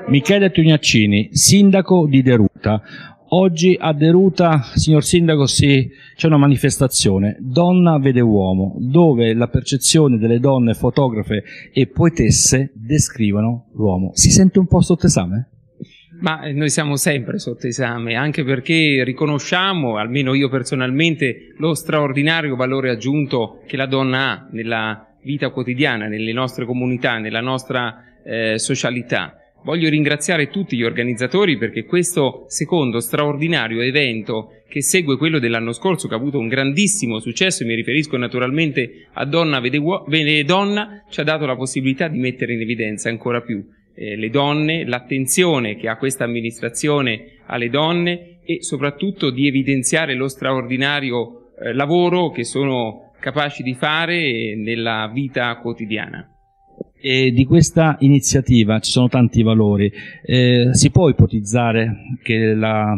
Michele Tugnaccini, sindaco di Deruta. Oggi a Deruta, signor sindaco, c'è una manifestazione, Donna vede uomo, dove la percezione delle donne fotografe e poetesse descrivono l'uomo. Si sente un po' sotto esame? Ma noi siamo sempre sotto esame, anche perché riconosciamo, almeno io personalmente, lo straordinario valore aggiunto che la donna ha nella vita quotidiana, nelle nostre comunità, nella nostra socialità. Voglio ringraziare tutti gli organizzatori perché questo secondo straordinario evento, che segue quello dell'anno scorso, che ha avuto un grandissimo successo, e mi riferisco naturalmente a Donna vede donna, ci ha dato la possibilità di mettere in evidenza ancora più le donne, l'attenzione che ha questa amministrazione alle donne e soprattutto di evidenziare lo straordinario lavoro che sono capaci di fare nella vita quotidiana. E di questa iniziativa ci sono tanti valori. Si può ipotizzare che la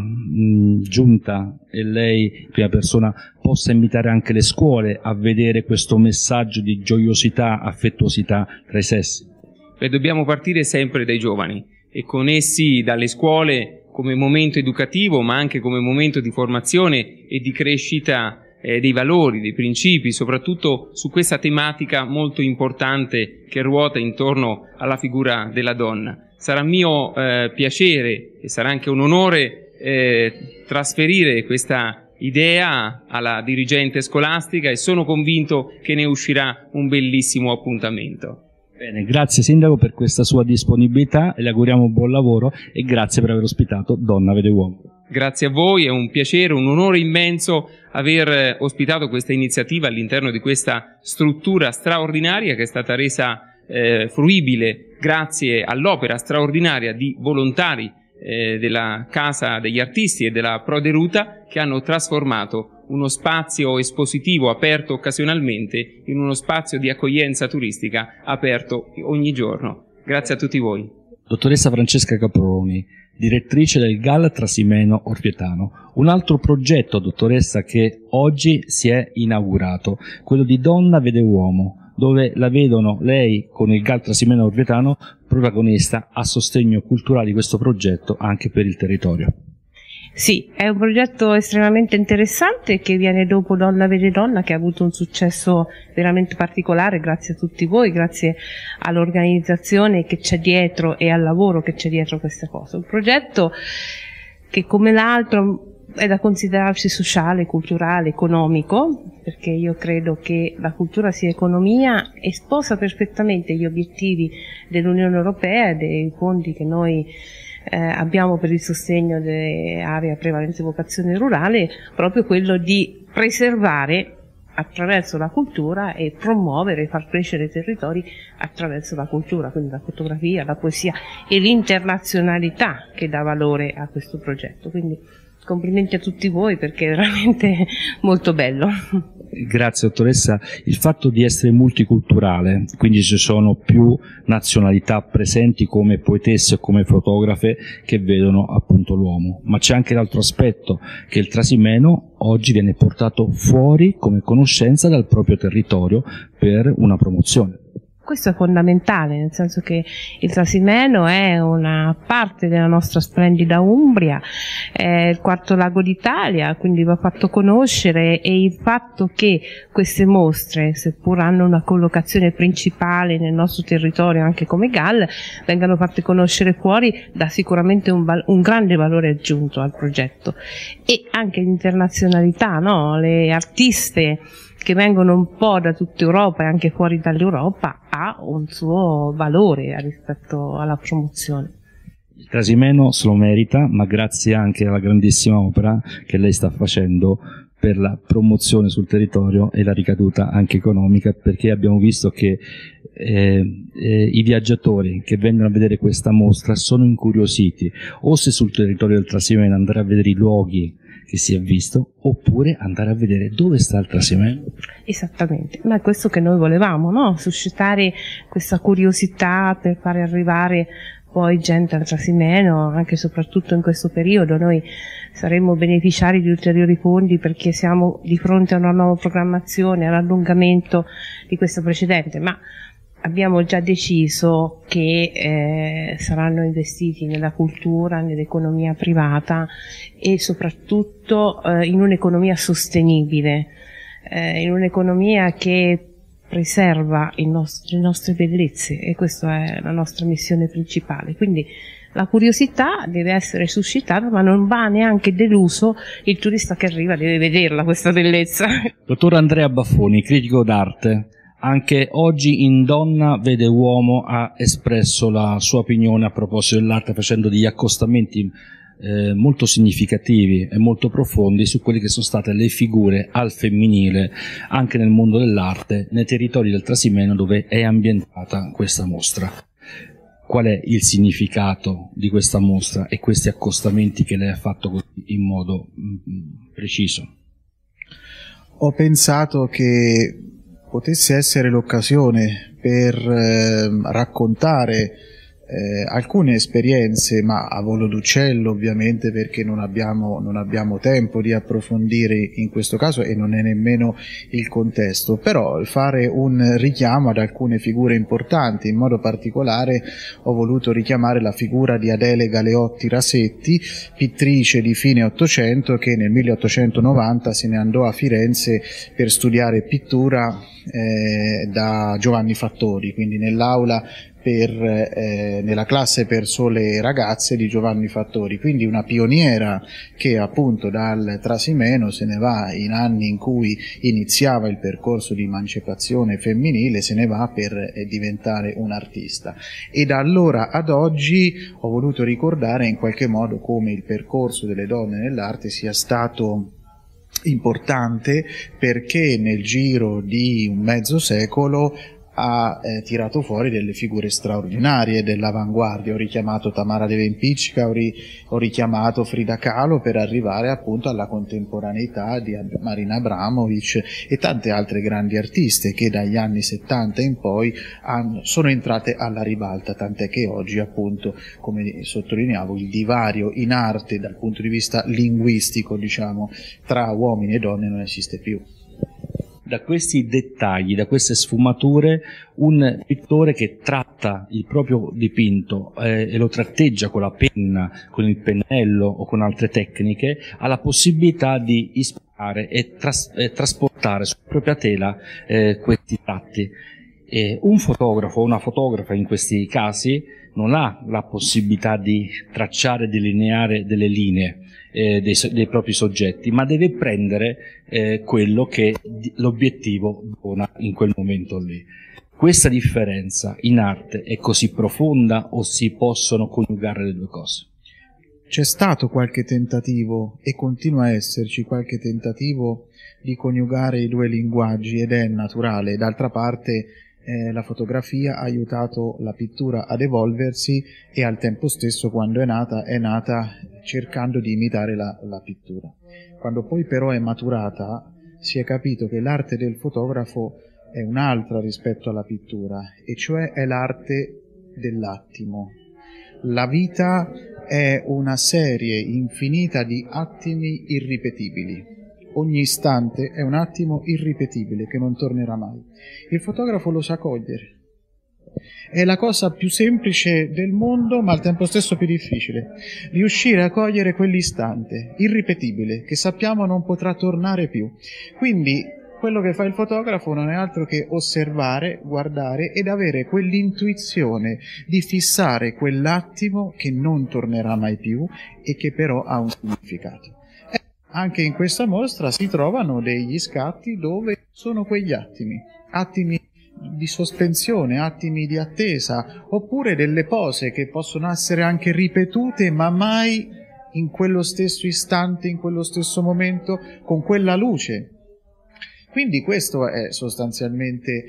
Giunta e lei, prima persona, possa invitare anche le scuole a vedere questo messaggio di gioiosità, affettuosità tra i sessi? Dobbiamo partire sempre dai giovani e con essi dalle scuole come momento educativo, ma anche come momento di formazione e di crescita dei valori, dei principi, soprattutto su questa tematica molto importante che ruota intorno alla figura della donna. Sarà mio piacere e sarà anche un onore trasferire questa idea alla dirigente scolastica e sono convinto che ne uscirà un bellissimo appuntamento. Bene, grazie sindaco per questa sua disponibilità e le auguriamo buon lavoro e grazie per aver ospitato Donna vede uomo. Grazie a voi, è un piacere, un onore immenso aver ospitato questa iniziativa all'interno di questa struttura straordinaria che è stata resa fruibile grazie all'opera straordinaria di volontari della Casa degli Artisti e della Pro Deruta che hanno trasformato uno spazio espositivo aperto occasionalmente in uno spazio di accoglienza turistica aperto ogni giorno. Grazie a tutti voi. Dottoressa Francesca Caproni, direttrice del GAL Trasimeno Orvietano. Un altro progetto, dottoressa, che oggi si è inaugurato, quello di Donna vede uomo, dove la vedono lei con il GAL Trasimeno Orvietano protagonista a sostegno culturale di questo progetto anche per il territorio. Sì, è un progetto estremamente interessante che viene dopo Donna vede donna, che ha avuto un successo veramente particolare grazie a tutti voi, grazie all'organizzazione che c'è dietro e al lavoro che c'è dietro questa cosa. Un progetto che come l'altro è da considerarsi sociale, culturale, economico, perché io credo che la cultura sia economia e sposa perfettamente gli obiettivi dell'Unione Europea e dei fondi che noi abbiamo per il sostegno delle aree a prevalenza vocazione rurale, proprio quello di preservare attraverso la cultura e promuovere e far crescere i territori attraverso la cultura, quindi la fotografia, la poesia e l'internazionalità che dà valore a questo progetto. Quindi complimenti a tutti voi perché è veramente molto bello. Grazie dottoressa. Il fatto di essere multiculturale, quindi ci sono più nazionalità presenti come poetesse o come fotografe che vedono appunto l'uomo, ma c'è anche l'altro aspetto, che il Trasimeno oggi viene portato fuori come conoscenza dal proprio territorio per una promozione. Questo è fondamentale, nel senso che il Trasimeno è una parte della nostra splendida Umbria, è il quarto lago d'Italia, quindi va fatto conoscere, e il fatto che queste mostre, seppur hanno una collocazione principale nel nostro territorio anche come GAL, vengano fatte conoscere fuori dà sicuramente un grande valore aggiunto al progetto. E anche l'internazionalità, no? Le artiste che vengono un po' da tutta Europa e anche fuori dall'Europa ha un suo valore rispetto alla promozione. Il Trasimeno se lo merita, ma grazie anche alla grandissima opera che lei sta facendo per la promozione sul territorio e la ricaduta anche economica, perché abbiamo visto che i viaggiatori che vengono a vedere questa mostra sono incuriositi o se sul territorio del Trasimeno andare a vedere i luoghi che si è visto, oppure andare a vedere dove sta il Trasimeno. Esattamente, ma è questo che noi volevamo, no? Suscitare questa curiosità per fare arrivare poi gente al Trasimeno, anche e soprattutto in questo periodo. Noi saremo beneficiari di ulteriori fondi perché siamo di fronte a una nuova programmazione, all'allungamento di questa precedente, ma abbiamo già deciso che saranno investiti nella cultura, nell'economia privata e soprattutto in un'economia sostenibile, in un'economia che preserva le nostre bellezze, e questa è la nostra missione principale. Quindi la curiosità deve essere suscitata, ma non va neanche deluso il turista che arriva, deve vederla questa bellezza. Dottor Andrea Baffoni, critico d'arte, anche oggi in Donna Vede Uomo ha espresso la sua opinione a proposito dell'arte, facendo degli accostamenti molto significativi e molto profondi su quelle che sono state le figure al femminile anche nel mondo dell'arte, nei territori del Trasimeno dove è ambientata questa mostra. Qual è il significato di questa mostra e questi accostamenti che lei ha fatto in modo preciso? Ho pensato che potesse essere l'occasione per raccontare alcune esperienze, ma a volo d'uccello ovviamente, perché non abbiamo tempo di approfondire in questo caso e non è nemmeno il contesto, però fare un richiamo ad alcune figure importanti. In modo particolare ho voluto richiamare la figura di Adele Galeotti Rasetti, pittrice di fine Ottocento, che nel 1890 se ne andò a Firenze per studiare pittura da Giovanni Fattori, quindi nell'aula nella classe per sole ragazze di Giovanni Fattori, quindi una pioniera che appunto dal Trasimeno se ne va in anni in cui iniziava il percorso di emancipazione femminile, se ne va per diventare un'artista, e da allora ad oggi ho voluto ricordare in qualche modo come il percorso delle donne nell'arte sia stato importante, perché nel giro di un mezzo secolo ha tirato fuori delle figure straordinarie dell'avanguardia. Ho richiamato Tamara de Lempicka, ho richiamato Frida Kahlo, per arrivare appunto alla contemporaneità di Marina Abramovic e tante altre grandi artiste che dagli anni 70 in poi sono entrate alla ribalta, tant'è che oggi appunto, come sottolineavo, il divario in arte dal punto di vista linguistico, diciamo, tra uomini e donne non esiste più. Da questi dettagli, da queste sfumature, un pittore che tratta il proprio dipinto e lo tratteggia con la penna, con il pennello o con altre tecniche, ha la possibilità di ispirare e trasportare sulla propria tela questi tratti. Un fotografo o una fotografa in questi casi non ha la possibilità di tracciare e delineare delle linee dei propri soggetti, ma deve prendere quello che l'obiettivo dona in quel momento lì. Questa differenza in arte è così profonda o si possono coniugare le due cose? C'è stato qualche tentativo e continua a esserci qualche tentativo di coniugare i due linguaggi, ed è naturale. D'altra parte la fotografia ha aiutato la pittura ad evolversi e al tempo stesso, quando è nata cercando di imitare la pittura. Quando poi però è maturata si è capito che l'arte del fotografo è un'altra rispetto alla pittura, e cioè è l'arte dell'attimo. La vita è una serie infinita di attimi irripetibili. Ogni istante è un attimo irripetibile che non tornerà mai. Il fotografo lo sa cogliere. È la cosa più semplice del mondo, ma al tempo stesso più difficile. Riuscire a cogliere quell'istante irripetibile che sappiamo non potrà tornare più. Quindi quello che fa il fotografo non è altro che osservare, guardare ed avere quell'intuizione di fissare quell'attimo che non tornerà mai più e che però ha un significato. Anche in questa mostra si trovano degli scatti dove sono quegli attimi di sospensione, attimi di attesa, oppure delle pose che possono essere anche ripetute, ma mai in quello stesso istante, in quello stesso momento, con quella luce. Quindi questo è sostanzialmente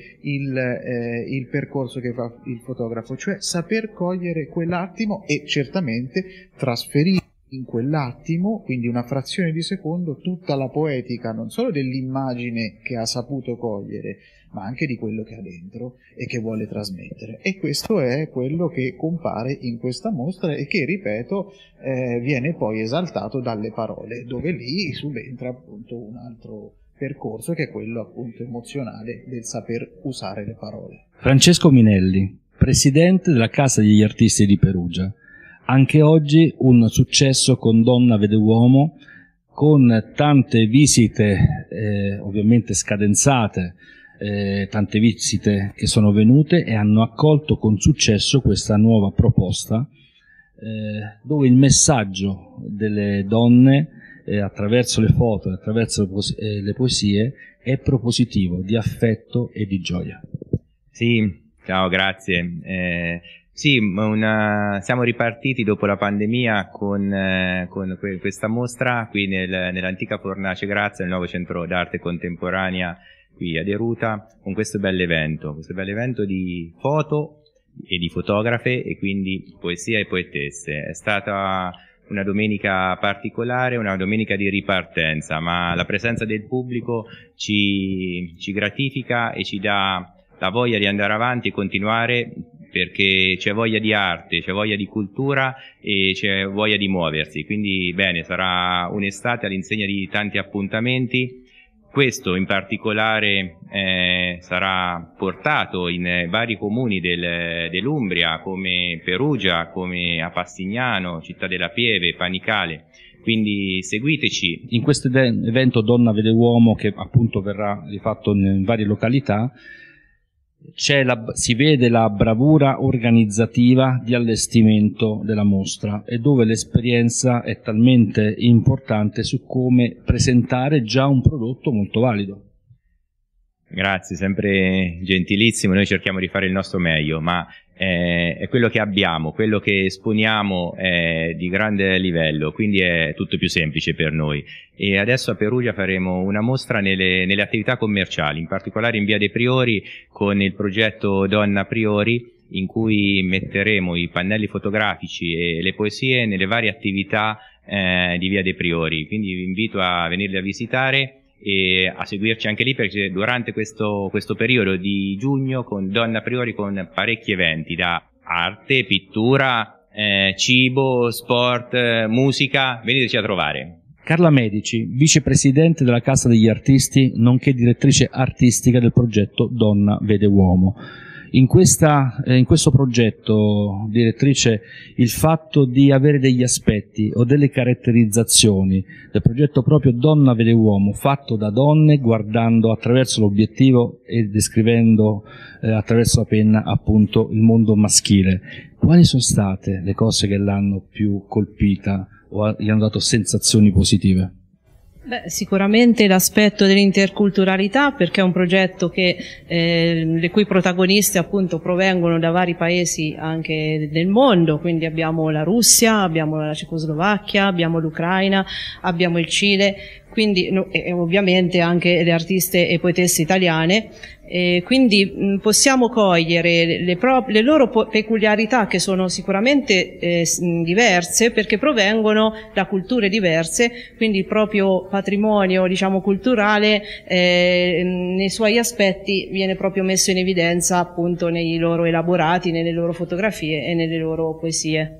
il percorso che fa il fotografo, cioè saper cogliere quell'attimo e certamente trasferire in quell'attimo, quindi una frazione di secondo, tutta la poetica non solo dell'immagine che ha saputo cogliere, ma anche di quello che ha dentro e che vuole trasmettere. E questo è quello che compare in questa mostra e che, ripeto, viene poi esaltato dalle parole, dove lì subentra appunto un altro percorso, che è quello appunto emozionale del saper usare le parole. Francesco Minelli, presidente della Casa degli Artisti di Perugia. Anche oggi un successo con Donna Vede Uomo, con tante visite ovviamente scadenzate, tante visite che sono venute e hanno accolto con successo questa nuova proposta, dove il messaggio delle donne attraverso le foto e attraverso le poesie è propositivo di affetto e di gioia. Sì, ciao, grazie. Sì, siamo ripartiti dopo la pandemia con questa mostra qui nell'antica Fornace Grazia, nel nuovo centro d'arte contemporanea qui a Deruta, con questo bell'evento di foto e di fotografe e quindi poesia e poetesse. È stata una domenica particolare, una domenica di ripartenza, ma la presenza del pubblico ci gratifica e ci dà la voglia di andare avanti e continuare, perché c'è voglia di arte, c'è voglia di cultura e c'è voglia di muoversi. Quindi bene, sarà un'estate all'insegna di tanti appuntamenti. Questo in particolare sarà portato in vari comuni dell'Umbria, come Perugia, come Apastignano, Città della Pieve, Panicale. Quindi seguiteci. In questo evento Donna Vede Uomo, che appunto verrà rifatto in varie località, si vede la bravura organizzativa di allestimento della mostra, e dove l'esperienza è talmente importante su come presentare già un prodotto molto valido. Grazie, sempre gentilissimo. Noi cerchiamo di fare il nostro meglio, ma è quello che abbiamo, quello che esponiamo è di grande livello, quindi è tutto più semplice per noi. E adesso a Perugia faremo una mostra nelle attività commerciali, in particolare in Via dei Priori con il progetto Donna Priori, in cui metteremo i pannelli fotografici e le poesie nelle varie attività di Via dei Priori. Quindi vi invito a venirli a visitare e a seguirci anche lì, perché durante questo periodo di giugno con Donna Priori, con parecchi eventi da arte, pittura, cibo, sport, musica, veniteci a trovare. Carla Medici, vicepresidente della Casa degli Artisti, nonché direttrice artistica del progetto Donna Vede Uomo. In questo progetto, direttrice, il fatto di avere degli aspetti o delle caratterizzazioni del progetto proprio Donna Vede Uomo, fatto da donne, guardando attraverso l'obiettivo e descrivendo attraverso la penna appunto il mondo maschile. Quali sono state le cose che l'hanno più colpita o gli hanno dato sensazioni positive? Beh, sicuramente l'aspetto dell'interculturalità, perché è un progetto che le cui protagoniste appunto provengono da vari paesi anche del mondo, quindi abbiamo la Russia, abbiamo la Cecoslovacchia, abbiamo l'Ucraina, abbiamo il Cile, quindi e ovviamente anche le artiste e poetesse italiane. Quindi possiamo cogliere le loro peculiarità, che sono sicuramente diverse, perché provengono da culture diverse, quindi il proprio patrimonio, diciamo, culturale nei suoi aspetti viene proprio messo in evidenza appunto nei loro elaborati, nelle loro fotografie e nelle loro poesie.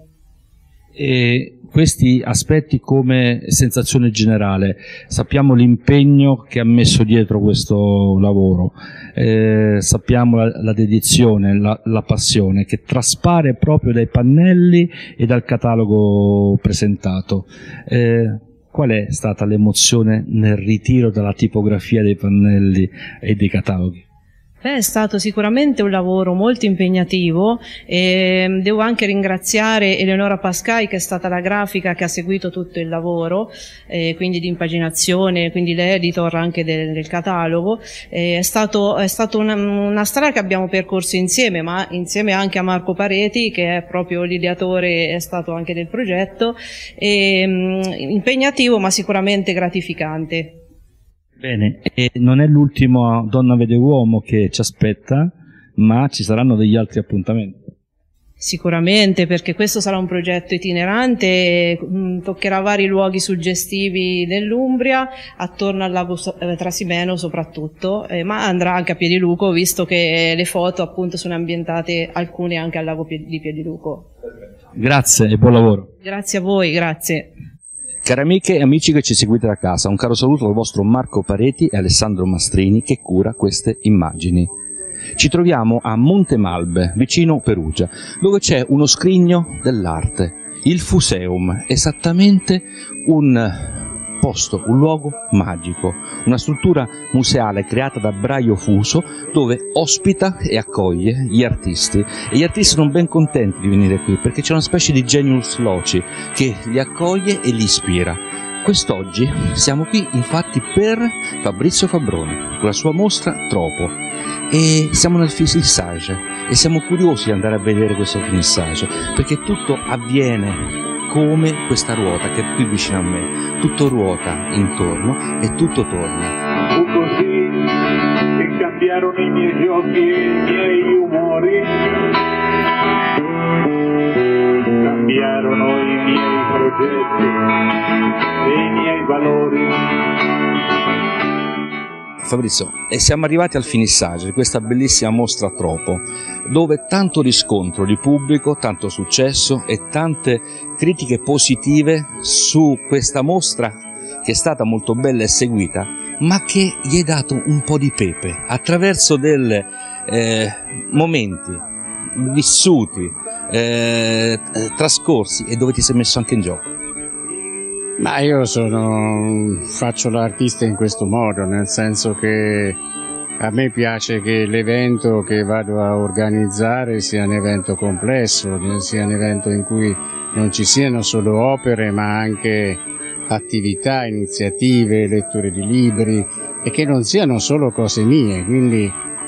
E questi aspetti come sensazione generale, sappiamo l'impegno che ha messo dietro questo lavoro, sappiamo la dedizione, la passione che traspare proprio dai pannelli e dal catalogo presentato. Qual è stata l'emozione nel ritiro dalla tipografia dei pannelli e dei cataloghi? Beh, è stato sicuramente un lavoro molto impegnativo e devo anche ringraziare Eleonora Pascai, che è stata la grafica che ha seguito tutto il lavoro, quindi di impaginazione, quindi l'editor anche del catalogo. È stato una strada che abbiamo percorso insieme, ma insieme anche a Marco Pareti, che è proprio l'ideatore, è stato anche del progetto, impegnativo ma sicuramente gratificante. Bene, e non è l'ultima Donna Vede Uomo che ci aspetta, ma ci saranno degli altri appuntamenti. Sicuramente, perché questo sarà un progetto itinerante, toccherà vari luoghi suggestivi dell'Umbria, attorno al lago Trasimeno soprattutto, ma andrà anche a Piediluco, visto che le foto appunto sono ambientate alcune anche al lago di Piediluco. Grazie e buon lavoro. Grazie a voi, grazie. Cari amiche e amici che ci seguite da casa, un caro saluto dal vostro Marco Pareti e Alessandro Mastrini che cura queste immagini. Ci troviamo a Montemalbe, vicino Perugia, dove c'è uno scrigno dell'arte, il Fuseum, esattamente un posto, un luogo magico, una struttura museale creata da Braio Fuso dove ospita e accoglie gli artisti e gli artisti sono ben contenti di venire qui perché c'è una specie di genius loci che li accoglie e li ispira. Quest'oggi siamo qui infatti per Fabrizio Fabbroni con la sua mostra Tropo e siamo nel finissage e siamo curiosi di andare a vedere questo finissage perché tutto avviene come questa ruota che è qui vicino a me, tutto ruota intorno e tutto torna. Fu così che cambiarono i miei giochi e i miei umori, cambiarono i miei progetti e i miei valori. Fabrizio, e siamo arrivati al finissage di questa bellissima mostra Tropo, dove tanto riscontro di pubblico, tanto successo e tante critiche positive su questa mostra che è stata molto bella e seguita, ma che gli hai dato un po' di pepe attraverso dei momenti vissuti, trascorsi e dove ti sei messo anche in gioco. Ma io faccio l'artista in questo modo, nel senso che a me piace che l'evento che vado a organizzare sia un evento complesso, sia un evento in cui non ci siano solo opere ma anche attività, iniziative, letture di libri e che non siano solo cose mie, quindi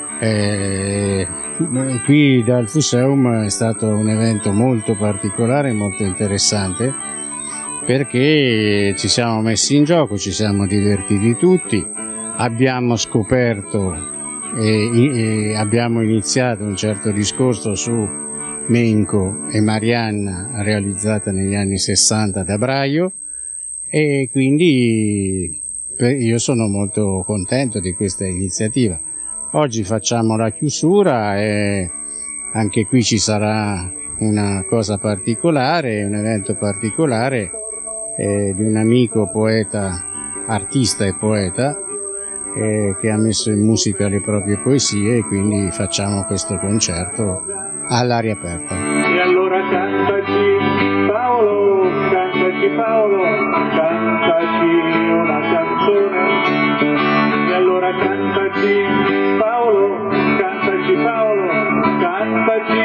qui dal Fuseum è stato un evento molto particolare, molto interessante perché ci siamo messi in gioco, ci siamo divertiti tutti, abbiamo scoperto e abbiamo iniziato un certo discorso su Menco e Marianna realizzata negli anni 60 da Braio e quindi io sono molto contento di questa iniziativa. Oggi facciamo la chiusura e anche qui ci sarà una cosa particolare, un evento particolare di un amico poeta, artista e poeta che ha messo in musica le proprie poesie e quindi facciamo questo concerto all'aria aperta. E allora cantaci Paolo, cantaci Paolo, cantaci una canzone. E allora cantaci Paolo, cantaci Paolo, cantaci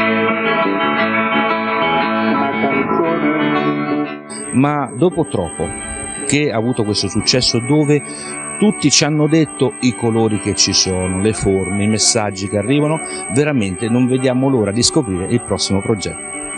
una canzone. Ma dopo Tropo, che ha avuto questo successo dove tutti ci hanno detto i colori che ci sono, le forme, i messaggi che arrivano, veramente non vediamo l'ora di scoprire il prossimo progetto.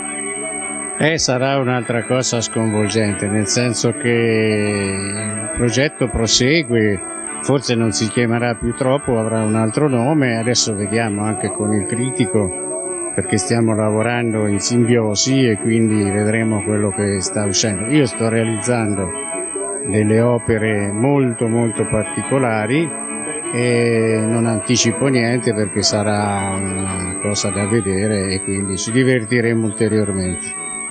Sarà un'altra cosa sconvolgente, nel senso che il progetto prosegue, forse non si chiamerà più Tropo, avrà un altro nome, adesso vediamo anche con il critico perché stiamo lavorando in simbiosi e quindi vedremo quello che sta uscendo. Io sto realizzando delle opere molto molto particolari e non anticipo niente perché sarà una cosa da vedere e quindi ci divertiremo ulteriormente.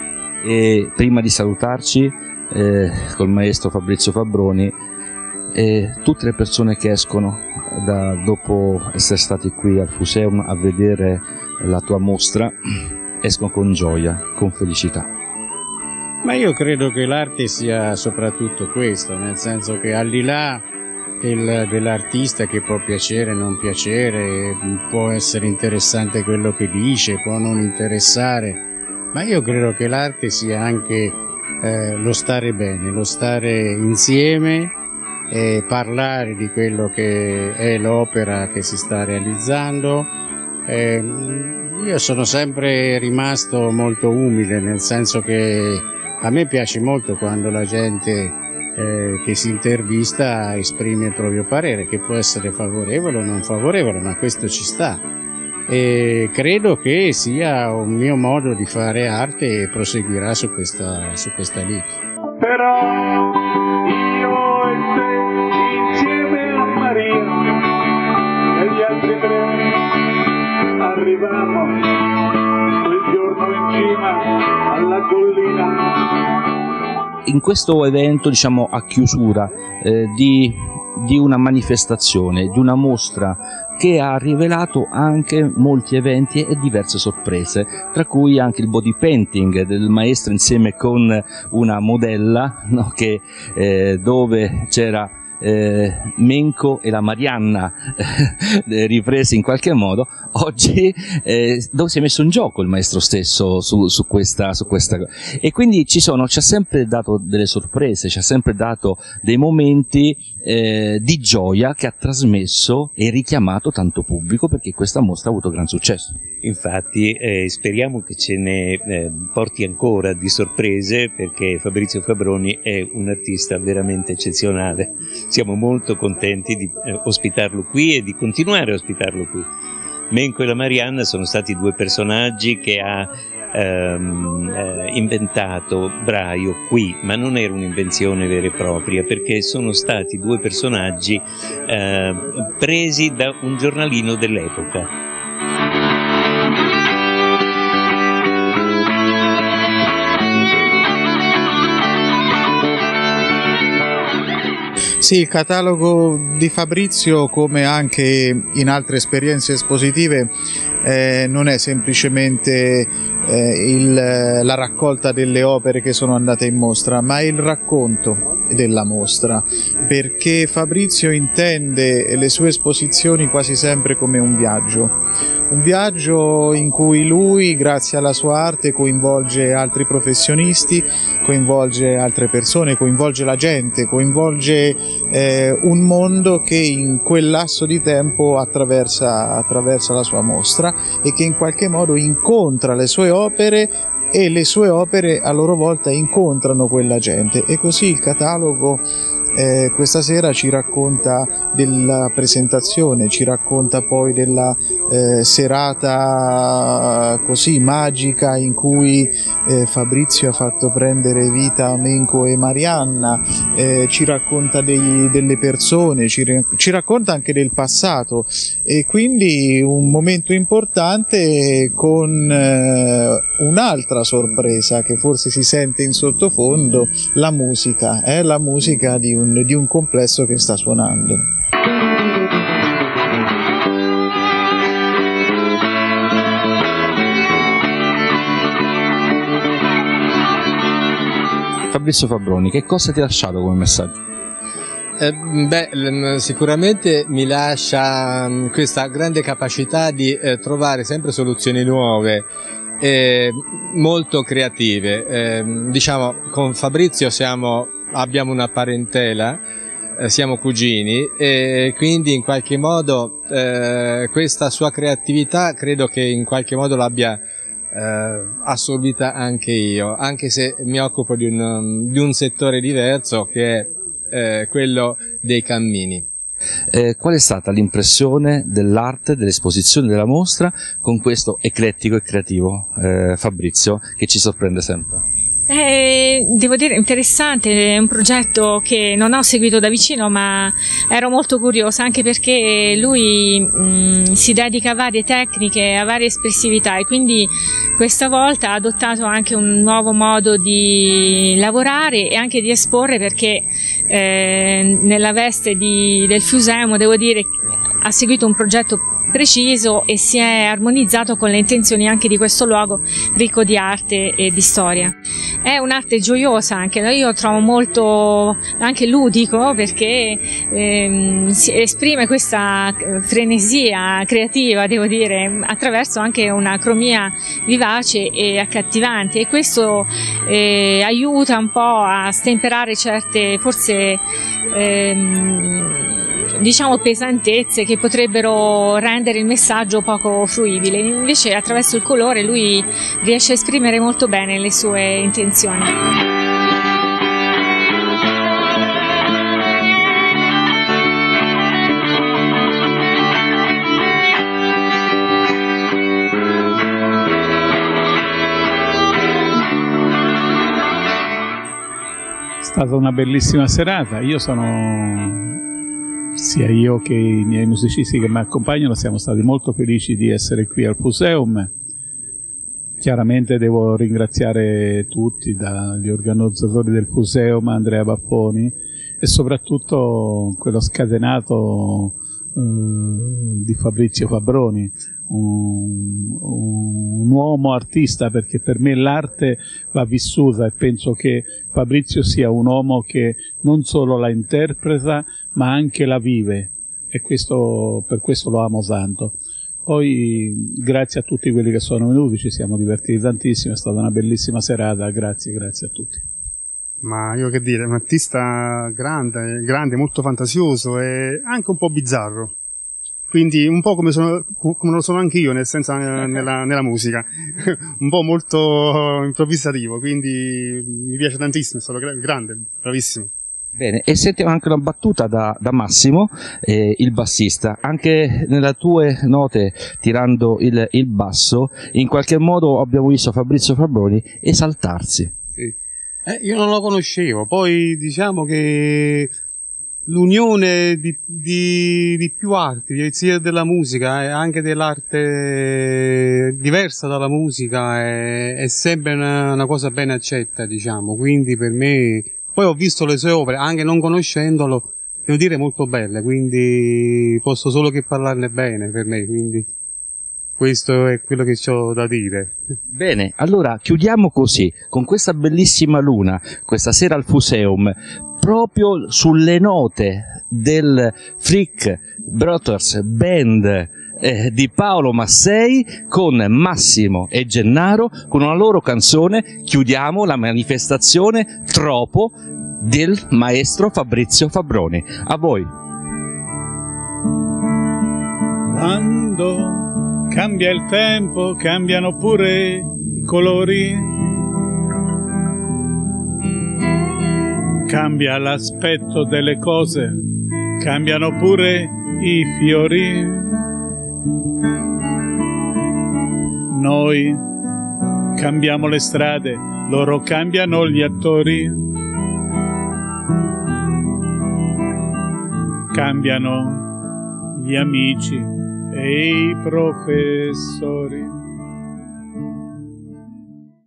E prima di salutarci col maestro Fabrizio Fabbroni, tutte le persone che escono dopo essere stati qui al Fuseum a vedere la tua mostra escono con gioia, con felicità. Ma io credo che l'arte sia soprattutto questo, nel senso che al di là dell'artista che può piacere, non piacere, può essere interessante quello che dice, può non interessare, ma io credo che l'arte sia anche lo stare bene, lo stare insieme e parlare di quello che è l'opera che si sta realizzando. Io sono sempre rimasto molto umile, nel senso che a me piace molto quando la gente che si intervista esprime il proprio parere, che può essere favorevole o non favorevole, ma questo ci sta. E credo che sia un mio modo di fare arte e proseguirà su questa linea. Però io e te insieme a Maria e gli altri tre arrivammo quel giorno in cima alla collina in questo evento, diciamo, a chiusura di una manifestazione, di una mostra che ha rivelato anche molti eventi e diverse sorprese, tra cui anche il body painting del maestro insieme con una modella, no, dove c'era Menco e la Marianna ripresi in qualche modo. Oggi dove si è messo in gioco il maestro stesso su questa e quindi ci ha sempre dato delle sorprese, ci ha sempre dato dei momenti di gioia che ha trasmesso e richiamato tanto pubblico, perché questa mostra ha avuto gran successo. Infatti speriamo che ce ne porti ancora di sorprese, perché Fabrizio Fabroni è un artista veramente eccezionale. Siamo molto contenti di ospitarlo qui e di continuare a ospitarlo qui. Menco e la Marianna sono stati due personaggi che ha inventato Braio qui, ma non era un'invenzione vera e propria, perché sono stati due personaggi presi da un giornalino dell'epoca. Sì, il catalogo di Fabrizio, come anche in altre esperienze espositive, non è semplicemente la raccolta delle opere che sono andate in mostra, ma è il racconto della mostra, perché Fabrizio intende le sue esposizioni quasi sempre come un viaggio in cui lui, grazie alla sua arte, coinvolge altri professionisti, coinvolge altre persone, coinvolge la gente, coinvolge un mondo che in quel lasso di tempo attraversa la sua mostra e che in qualche modo incontra le sue opere, e le sue opere a loro volta incontrano quella gente, e così il catalogo questa sera ci racconta della presentazione, ci racconta poi della serata così magica in cui Fabrizio ha fatto prendere vita a Menco e Marianna, ci racconta delle persone, ci racconta anche del passato, e quindi un momento importante con un'altra sorpresa che forse si sente in sottofondo: la musica di un complesso che sta suonando. Fabrizio Fabroni, che cosa ti ha lasciato come messaggio? Sicuramente mi lascia questa grande capacità di trovare sempre soluzioni nuove, molto creative. Diciamo, con Fabrizio abbiamo una parentela, siamo cugini, e quindi in qualche modo questa sua creatività credo che in qualche modo l'abbia assorbita anche io, anche se mi occupo di un settore diverso, che è quello dei cammini. Qual è stata l'impressione dell'arte, dell'esposizione, della mostra con questo eclettico e creativo Fabrizio, che ci sorprende sempre? Devo dire interessante, è un progetto che non ho seguito da vicino, ma ero molto curiosa, anche perché lui si dedica a varie tecniche, a varie espressività, e quindi questa volta ha adottato anche un nuovo modo di lavorare e anche di esporre, perché nella veste del Fusemo, devo dire, ha seguito un progetto preciso e si è armonizzato con le intenzioni anche di questo luogo ricco di arte e di storia. È un'arte gioiosa, anche io trovo molto anche ludico, perché si esprime questa frenesia creativa, devo dire, attraverso anche una cromia vivace e accattivante, e questo aiuta un po' a stemperare certe, forse diciamo, pesantezze che potrebbero rendere il messaggio poco fruibile. Invece attraverso il colore lui riesce a esprimere molto bene le sue intenzioni. È stata una bellissima serata. Sia io che i miei musicisti che mi accompagnano siamo stati molto felici di essere qui al Fuseum, Chiaramente devo ringraziare tutti, dagli organizzatori del Fuseum, Andrea Bapponi, e soprattutto quello scatenato di Fabrizio Fabroni, un uomo artista, perché per me l'arte va vissuta e penso che Fabrizio sia un uomo che non solo la interpreta ma anche la vive, e per questo lo amo tanto. Poi grazie a tutti quelli che sono venuti, ci siamo divertiti tantissimo, è stata una bellissima serata, grazie a tutti. Ma io che dire, un artista grande, molto fantasioso e anche un po' bizzarro. Quindi un po' come lo sono anche io, nel senso nella musica, un po' molto improvvisativo, quindi mi piace tantissimo, è stato grande, bravissimo. Bene, e sentiamo anche una battuta da Massimo, il bassista. Anche nelle tue note, tirando il basso, in qualche modo abbiamo visto Fabrizio Fabroni esaltarsi. Sì. Io non lo conoscevo, poi diciamo che l'unione di più arti, sia della musica e anche dell'arte diversa dalla musica, è sempre una cosa ben accetta, diciamo, quindi per me... Poi ho visto le sue opere, anche non conoscendolo, devo dire molto belle, quindi posso solo che parlarne bene per me, quindi questo è quello che ho da dire. Bene, allora chiudiamo così, con questa bellissima luna, questa sera al Fuseum, proprio sulle note del Frick Brothers Band di Paolo Massei, con Massimo e Gennaro, con una loro canzone chiudiamo la manifestazione Tropo del maestro Fabrizio Fabroni. A voi. Quando cambia il tempo, cambiano pure i colori, cambia l'aspetto delle cose, cambiano pure i fiori. Noi cambiamo le strade, loro cambiano gli attori, cambiano gli amici e i professori.